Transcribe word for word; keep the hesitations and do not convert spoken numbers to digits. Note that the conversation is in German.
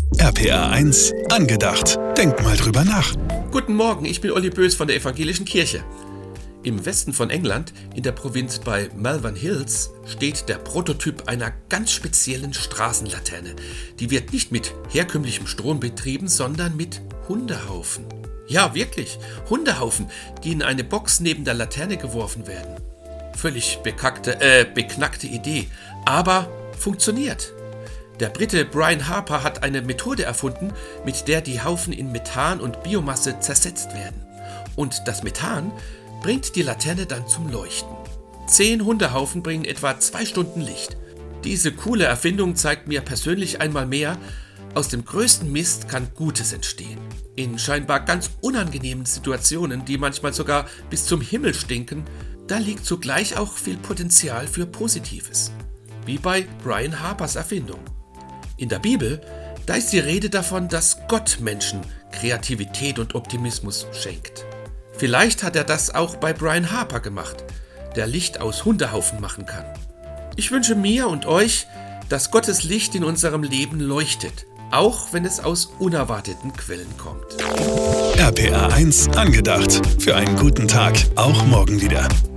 R P R eins angedacht. Denk mal drüber nach. Guten Morgen, ich bin Olli Bös von der Evangelischen Kirche. Im Westen von England, in der Provinz bei Malvern Hills, steht der Prototyp einer ganz speziellen Straßenlaterne. Die wird nicht mit herkömmlichem Strom betrieben, sondern mit Hundehaufen. Ja, wirklich, Hundehaufen, die in eine Box neben der Laterne geworfen werden. Völlig bekackte, äh, beknackte Idee, aber funktioniert. Der Brite Brian Harper hat eine Methode erfunden, mit der die Haufen in Methan und Biomasse zersetzt werden. Und das Methan bringt die Laterne dann zum Leuchten. Zehn Hundehaufen bringen etwa zwei Stunden Licht. Diese coole Erfindung zeigt mir persönlich einmal mehr, aus dem größten Mist kann Gutes entstehen. In scheinbar ganz unangenehmen Situationen, die manchmal sogar bis zum Himmel stinken, da liegt zugleich auch viel Potenzial für Positives. Wie bei Brian Harpers Erfindung. In der Bibel, da ist die Rede davon, dass Gott Menschen Kreativität und Optimismus schenkt. Vielleicht hat er das auch bei Brian Harper gemacht, der Licht aus Hundehaufen machen kann. Ich wünsche mir und euch, dass Gottes Licht in unserem Leben leuchtet, auch wenn es aus unerwarteten Quellen kommt. R P R eins angedacht. Für einen guten Tag, auch morgen wieder.